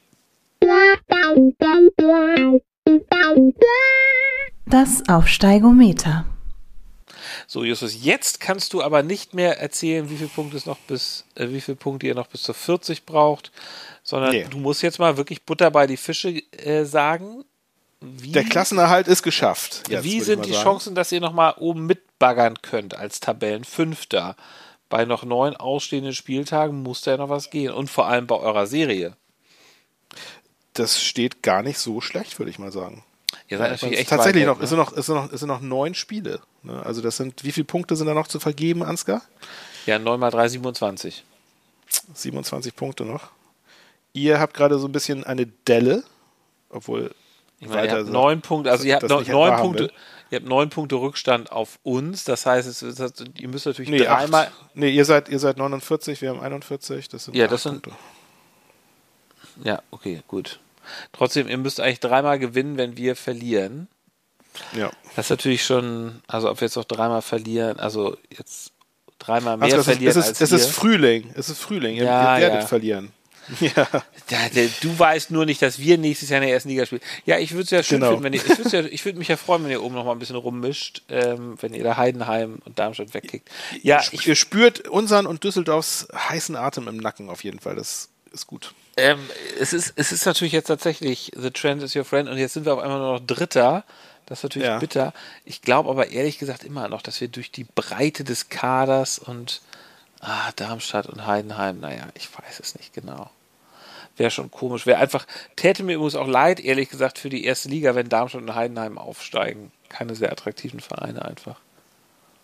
Das Aufsteigometer. So, Justus, jetzt kannst du aber nicht mehr erzählen, wie viele Punkte ihr noch bis zur 40 braucht, sondern du musst jetzt mal wirklich Butter bei die Fische sagen. Der Klassenerhalt ist geschafft. Wie sind die Chancen, dass ihr nochmal oben mitbaggern könnt als Tabellenfünfter? Bei noch 9 ausstehenden Spieltagen muss da ja noch was gehen. Und vor allem bei eurer Serie. Das steht gar nicht so schlecht, würde ich mal sagen. Ihr seid natürlich echt tatsächlich weit noch, weg, es sind noch 9 Spiele. Ne? Also wie viele Punkte sind da noch zu vergeben, Ansgar? Ja, 9 mal 3, 27. 27 Punkte noch. Ihr habt gerade so ein bisschen eine Delle, obwohl ihr habt 9 Punkte, also ihr habt 9 Punkte Rückstand auf uns. Das heißt, ihr müsst natürlich dreimal. Ihr seid 49, wir haben 41. Das sind 8 Punkte. Ja, okay, gut. Trotzdem, ihr müsst eigentlich 3-mal gewinnen, wenn wir verlieren. Ja. Das ist natürlich schon, also ob wir jetzt noch 3-mal verlieren, also jetzt 3-mal mehr verlieren als es ist Frühling. Ihr werdet verlieren. Ja. Du weißt nur nicht, dass wir nächstes Jahr in der ersten Liga spielen. Ja, ich würde es ja schön finden, ich würde mich ja freuen, wenn ihr oben noch mal ein bisschen rummischt, wenn ihr da Heidenheim und Darmstadt wegkickt. Ja, ihr spürt unseren und Düsseldorfs heißen Atem im Nacken auf jeden Fall. Das ist gut. Es ist natürlich jetzt tatsächlich The Trend is your friend und jetzt sind wir auf einmal nur noch Dritter. Das ist natürlich bitter. Ich glaube aber ehrlich gesagt immer noch, dass wir durch die Breite des Kaders und Darmstadt und Heidenheim, naja, ich weiß es nicht genau. Wäre schon komisch. Täte mir übrigens auch leid, ehrlich gesagt, für die erste Liga, wenn Darmstadt und Heidenheim aufsteigen. Keine sehr attraktiven Vereine einfach.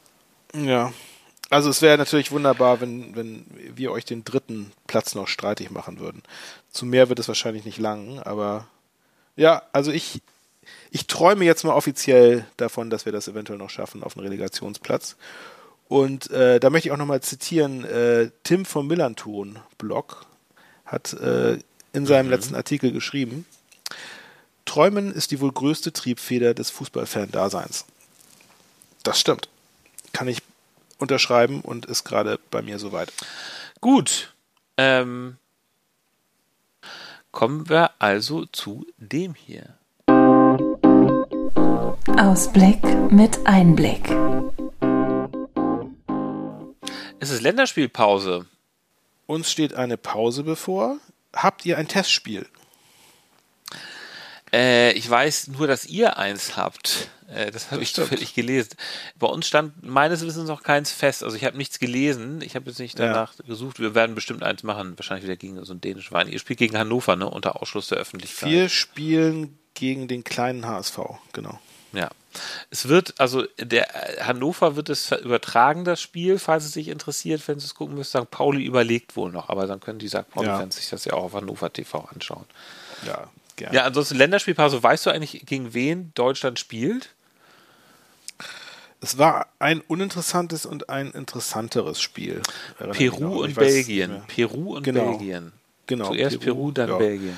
Ja. Also es wäre natürlich wunderbar, wenn wir euch den 3. Platz noch streitig machen würden. Zu mehr wird es wahrscheinlich nicht langen, aber ja, also ich träume jetzt mal offiziell davon, dass wir das eventuell noch schaffen auf einen Relegationsplatz. Und da möchte ich auch nochmal zitieren, Tim vom Millanton-Blog hat in seinem letzten Artikel geschrieben, Träumen ist die wohl größte Triebfeder des Fußballfan-Daseins. Das stimmt. Kann ich unterschreiben und ist gerade bei mir soweit. Gut. Kommen wir also zu dem hier. Ausblick mit Einblick. Es ist Länderspielpause. Uns steht eine Pause bevor. Habt ihr ein Testspiel? Ich weiß nur, dass ihr eins habt. Das habe ich zufällig gelesen. Bei uns stand meines Wissens noch keins fest. Also ich habe nichts gelesen. Ich habe jetzt nicht danach gesucht. Wir werden bestimmt eins machen. Wahrscheinlich wieder gegen so einen dänischen Verein. Ihr spielt gegen Hannover, ne? Unter Ausschluss der Öffentlichkeit. Wir spielen gegen den kleinen HSV, genau. Ja. Es wird, also der Hannover wird es übertragen, das Spiel, falls es sich interessiert, wenn Sie es gucken müssen. St. Pauli überlegt wohl noch, aber dann können die St. Pauli-Fans sich das ja auch auf Hannover TV anschauen. Ja, gerne. Ja, ansonsten Länderspielpause. Weißt du eigentlich, gegen wen Deutschland spielt? Es war ein uninteressantes und ein interessanteres Spiel. Peru und Belgien. Peru und Genau. Belgien. Genau. Zuerst Peru, dann Belgien.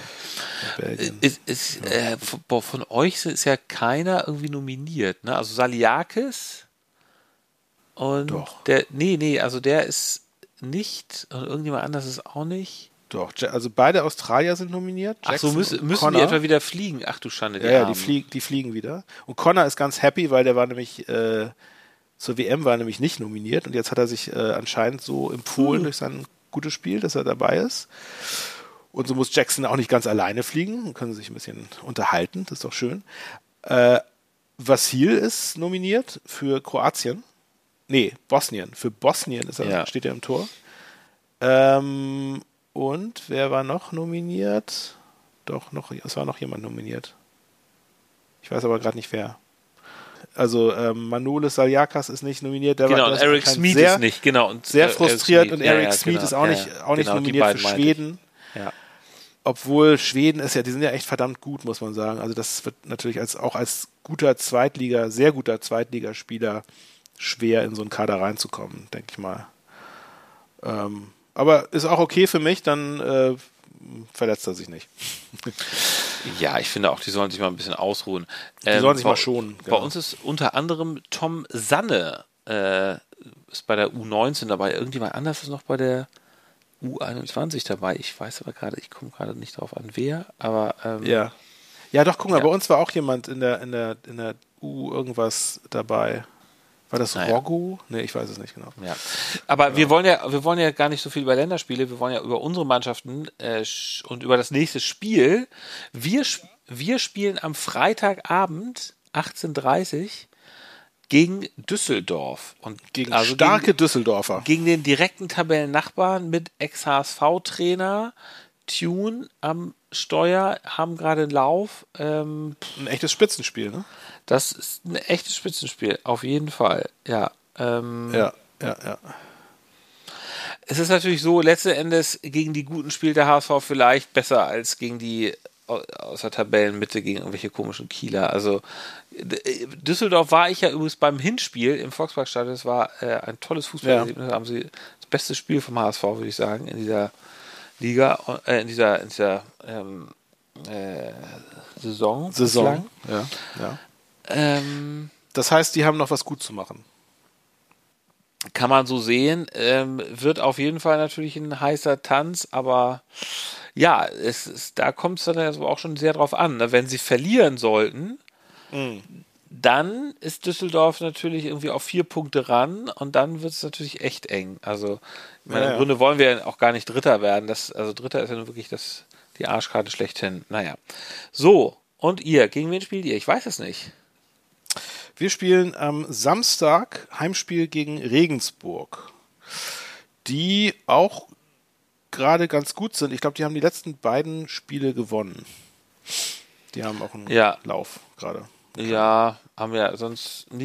Von euch ist ja keiner irgendwie nominiert, ne? Also Saliakis und Doch. also der ist nicht und irgendjemand anders ist auch nicht. Doch, also beide Australier sind nominiert. Ach so, Jackson müssen die etwa wieder fliegen? Ach du Schande, die fliegen wieder. Und Connor ist ganz happy, weil der war nämlich zur WM war nämlich nicht nominiert und jetzt hat er sich anscheinend so empfohlen durch sein gutes Spiel, dass er dabei ist. Und so muss Jackson auch nicht ganz alleine fliegen. Dann können sie sich ein bisschen unterhalten, das ist doch schön. Vassil ist nominiert für Kroatien. Nee, Bosnien. Für Bosnien steht er im Tor. Und wer war noch nominiert? Es war noch jemand nominiert. Ich weiß aber gerade nicht wer. Also Manolis Saliakas ist nicht nominiert. Und Eric Smith ist nicht, genau. Und sehr frustriert und Eric Smith ist auch nicht nominiert für Schweden. Ja. Obwohl Schweden ist die sind ja echt verdammt gut, muss man sagen. Also das wird natürlich auch als sehr guter Zweitligaspieler schwer in so einen Kader reinzukommen, denke ich mal. Aber ist auch okay für mich, dann verletzt er sich nicht. Ja, ich finde auch, die sollen sich mal ein bisschen ausruhen. Die sollen sich mal schonen. Bei uns ist unter anderem Tom Sanne ist bei der U19 dabei. Irgendjemand anders ist noch bei der U21 dabei. Ich weiß aber gerade, ich komme gerade nicht drauf an, wer, aber ja, doch, guck mal, bei uns war auch jemand in der U irgendwas dabei. War das Roggo? Nee, ich weiß es nicht genau. Ja. Aber wir wollen ja gar nicht so viel über Länderspiele, wir wollen ja über unsere Mannschaften und über das nächste Spiel. Wir spielen am Freitagabend 18:30 Uhr gegen Düsseldorf. Und gegen starke Düsseldorfer. Gegen den direkten Tabellennachbarn mit Ex-HSV-Trainer Tune am Steuer, haben gerade einen Lauf. Ein echtes Spitzenspiel, ne? Das ist ein echtes Spitzenspiel, auf jeden Fall. Ja. Ja. Es ist natürlich so, letzten Endes gegen die Guten spielt der HSV vielleicht besser als gegen die aus der Tabellenmitte, gegen irgendwelche komischen Kieler. Also Düsseldorf war ich ja übrigens beim Hinspiel im Volksparkstadion. Das war ein tolles Fußballerlebnis. Da haben sie das beste Spiel vom HSV, würde ich sagen, in dieser Liga, in dieser Saison. Ja. Das heißt, die haben noch was gut zu machen. Kann man so sehen. Wird auf jeden Fall natürlich ein heißer Tanz, aber ja, da kommt es dann also auch schon sehr drauf an. Ne? Wenn sie verlieren sollten, dann ist Düsseldorf natürlich irgendwie auf 4 Punkte ran und dann wird es natürlich echt eng. Also im Grunde wollen wir auch gar nicht Dritter werden. Dritter ist ja nun wirklich die Arschkarte schlechthin. Naja. So, und ihr, gegen wen spielt ihr? Ich weiß es nicht. Wir spielen am Samstag Heimspiel gegen Regensburg, die auch gerade ganz gut sind. Ich glaube, die haben die letzten beiden Spiele gewonnen. Die haben auch einen Lauf gerade. Ja, haben ja sonst nie.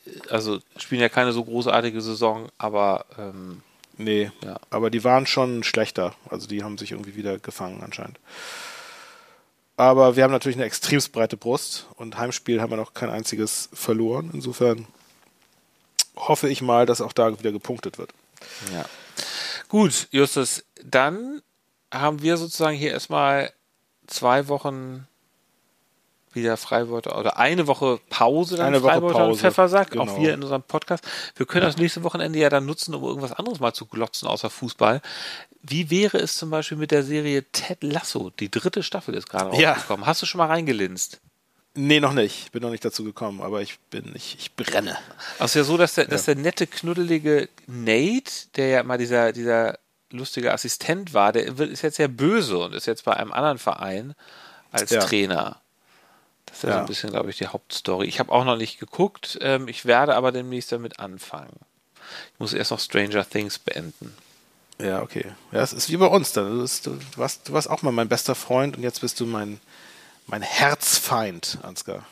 also spielen ja keine so großartige Saison, aber nee, ja. Aber die waren schon schlechter. Also die haben sich irgendwie wieder gefangen anscheinend. Aber wir haben natürlich eine extremst breite Brust und Heimspiel haben wir noch kein einziges verloren. Insofern hoffe ich mal, dass auch da wieder gepunktet wird. Ja. Gut, Justus, dann haben wir sozusagen hier erstmal 2 Wochen wieder Freiwörter oder eine Woche Pause, dann Freiwörter und Pfeffersack, genau. Auch wir in unserem Podcast. Wir können das nächste Wochenende ja dann nutzen, um irgendwas anderes mal zu glotzen, außer Fußball. Wie wäre es zum Beispiel mit der Serie Ted Lasso? Die 3. Staffel ist gerade rausgekommen. Hast du schon mal reingelinst? Nee, noch nicht. Ich bin noch nicht dazu gekommen, aber ich brenne. Also ja so, dass der nette, knuddelige Nate, der ja mal dieser lustige Assistent war, ist jetzt ja böse und ist jetzt bei einem anderen Verein als Trainer. Das ist ja so ein bisschen, glaube ich, die Hauptstory. Ich habe auch noch nicht geguckt. Ich werde aber demnächst damit anfangen. Ich muss erst noch Stranger Things beenden. Ja, okay. Ja, es ist wie bei uns dann. Du warst auch mal mein bester Freund und jetzt bist du mein Herzfeind, Ansgar.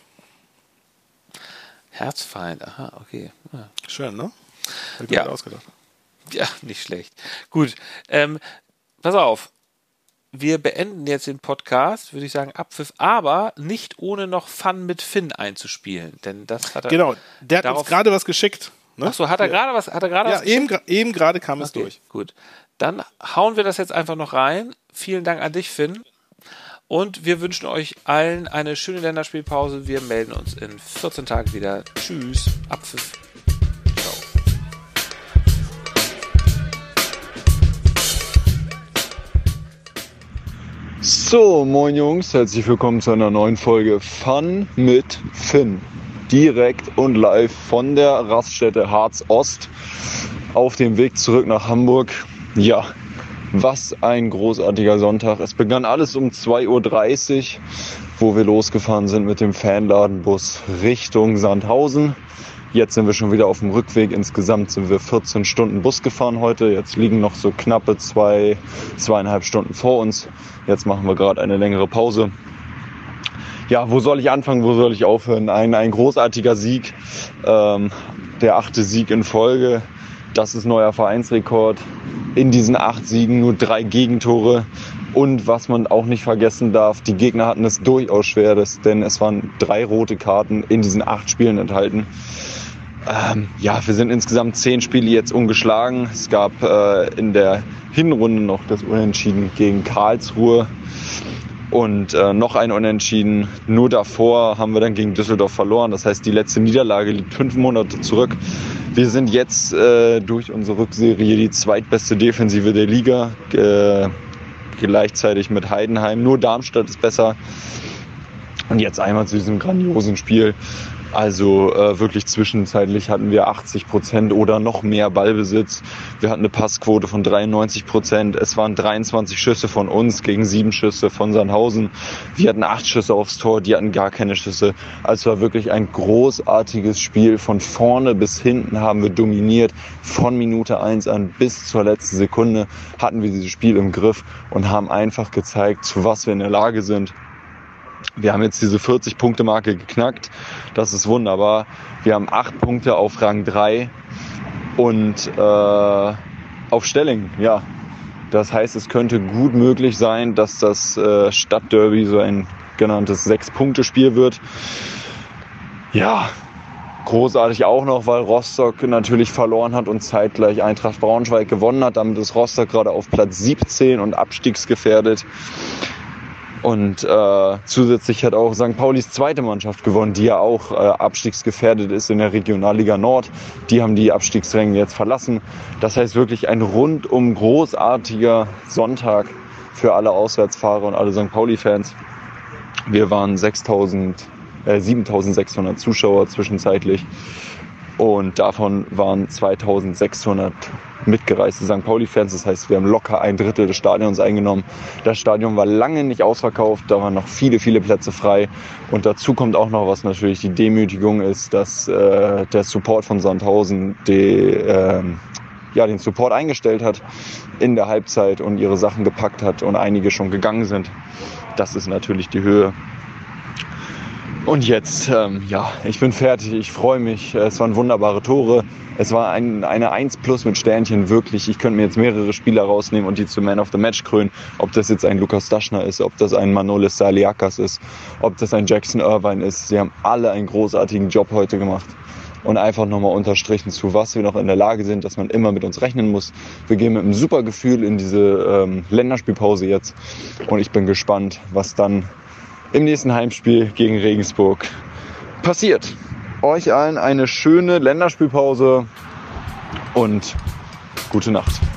Herzfeind, aha, okay. Ja. Schön, ne? Hab ich ja. Ausgedacht. Ja, nicht schlecht. Gut, pass auf. Wir beenden jetzt den Podcast, würde ich sagen, Abpfiff, aber nicht ohne noch Fun mit Finn einzuspielen, denn das hat er... Genau, der hat uns gerade was geschickt. Ne? Achso, hat er gerade was geschickt? Eben gerade kam es durch. Gut, dann hauen wir das jetzt einfach noch rein. Vielen Dank an dich, Finn. Und wir wünschen euch allen eine schöne Länderspielpause. Wir melden uns in 14 Tagen wieder. Tschüss, Abpfiff. Ciao. So, moin Jungs, herzlich willkommen zu einer neuen Folge Fun mit Finn. Direkt und live von der Raststätte Harz Ost auf dem Weg zurück nach Hamburg. Ja, was ein großartiger Sonntag. Es begann alles um 2.30 Uhr, wo wir losgefahren sind mit dem Fanladenbus Richtung Sandhausen. Jetzt sind wir schon wieder auf dem Rückweg. Insgesamt sind wir 14 Stunden Bus gefahren heute. Jetzt liegen noch so knappe 2,5 Stunden vor uns. Jetzt machen wir gerade eine längere Pause. Ja, wo soll ich anfangen, wo soll ich aufhören? Ein großartiger Sieg, der 8. Sieg in Folge. Das ist neuer Vereinsrekord. In diesen 8 Siegen nur 3 Gegentore. Und was man auch nicht vergessen darf, die Gegner hatten es durchaus schwer, denn es waren 3 rote Karten in diesen 8 Spielen enthalten. Ja, wir sind insgesamt 10 Spiele jetzt ungeschlagen. Es gab in der Hinrunde noch das Unentschieden gegen Karlsruhe und noch ein Unentschieden. Nur davor haben wir dann gegen Düsseldorf verloren. Das heißt, die letzte Niederlage liegt 5 Monate zurück. Wir sind jetzt durch unsere Rückserie die zweitbeste Defensive der Liga, gleichzeitig mit Heidenheim. Nur Darmstadt ist besser. Und jetzt einmal zu diesem grandiosen Spiel. Also wirklich zwischenzeitlich hatten wir 80% oder noch mehr Ballbesitz. Wir hatten eine Passquote von 93%. Es waren 23 Schüsse von uns gegen 7 Schüsse von Sandhausen. Wir hatten 8 Schüsse aufs Tor, die hatten gar keine Schüsse. Also es war wirklich ein großartiges Spiel. Von vorne bis hinten haben wir dominiert. Von Minute 1 an bis zur letzten Sekunde hatten wir dieses Spiel im Griff und haben einfach gezeigt, zu was wir in der Lage sind. Wir haben jetzt diese 40-Punkte-Marke geknackt. Das ist wunderbar. Wir haben 8 Punkte auf Rang 3 und auf Stelling. Ja, das heißt, es könnte gut möglich sein, dass das Stadtderby so ein genanntes 6-Punkte-Spiel wird. Ja, großartig auch noch, weil Rostock natürlich verloren hat und zeitgleich Eintracht Braunschweig gewonnen hat. Damit ist Rostock gerade auf Platz 17 und abstiegsgefährdet. Und zusätzlich hat auch St. Paulis zweite Mannschaft gewonnen, die ja auch abstiegsgefährdet ist in der Regionalliga Nord. Die haben die Abstiegsränge jetzt verlassen. Das heißt wirklich ein rundum großartiger Sonntag für alle Auswärtsfahrer und alle St. Pauli-Fans. Wir waren 7.600 Zuschauer zwischenzeitlich und davon waren 2.600 mitgereiste St. Pauli-Fans. Das heißt, wir haben locker 1/3 des Stadions eingenommen. Das Stadion war lange nicht ausverkauft, da waren noch viele, viele Plätze frei. Und dazu kommt auch noch, was natürlich die Demütigung ist, dass der Support von Sandhausen den Support eingestellt hat in der Halbzeit und ihre Sachen gepackt hat und einige schon gegangen sind. Das ist natürlich die Höhe. Und jetzt, ich bin fertig, ich freue mich. Es waren wunderbare Tore. Es war eine 1+ mit Sternchen, wirklich. Ich könnte mir jetzt mehrere Spieler rausnehmen und die zu Man of the Match krönen. Ob das jetzt ein Lukas Daschner ist, ob das ein Manolis Saliakas ist, ob das ein Jackson Irvine ist. Sie haben alle einen großartigen Job heute gemacht. Und einfach nochmal unterstrichen, zu was wir noch in der Lage sind, dass man immer mit uns rechnen muss. Wir gehen mit einem super Gefühl in diese Länderspielpause jetzt. Und ich bin gespannt, was dann im nächsten Heimspiel gegen Regensburg passiert. Euch allen eine schöne Länderspielpause und gute Nacht.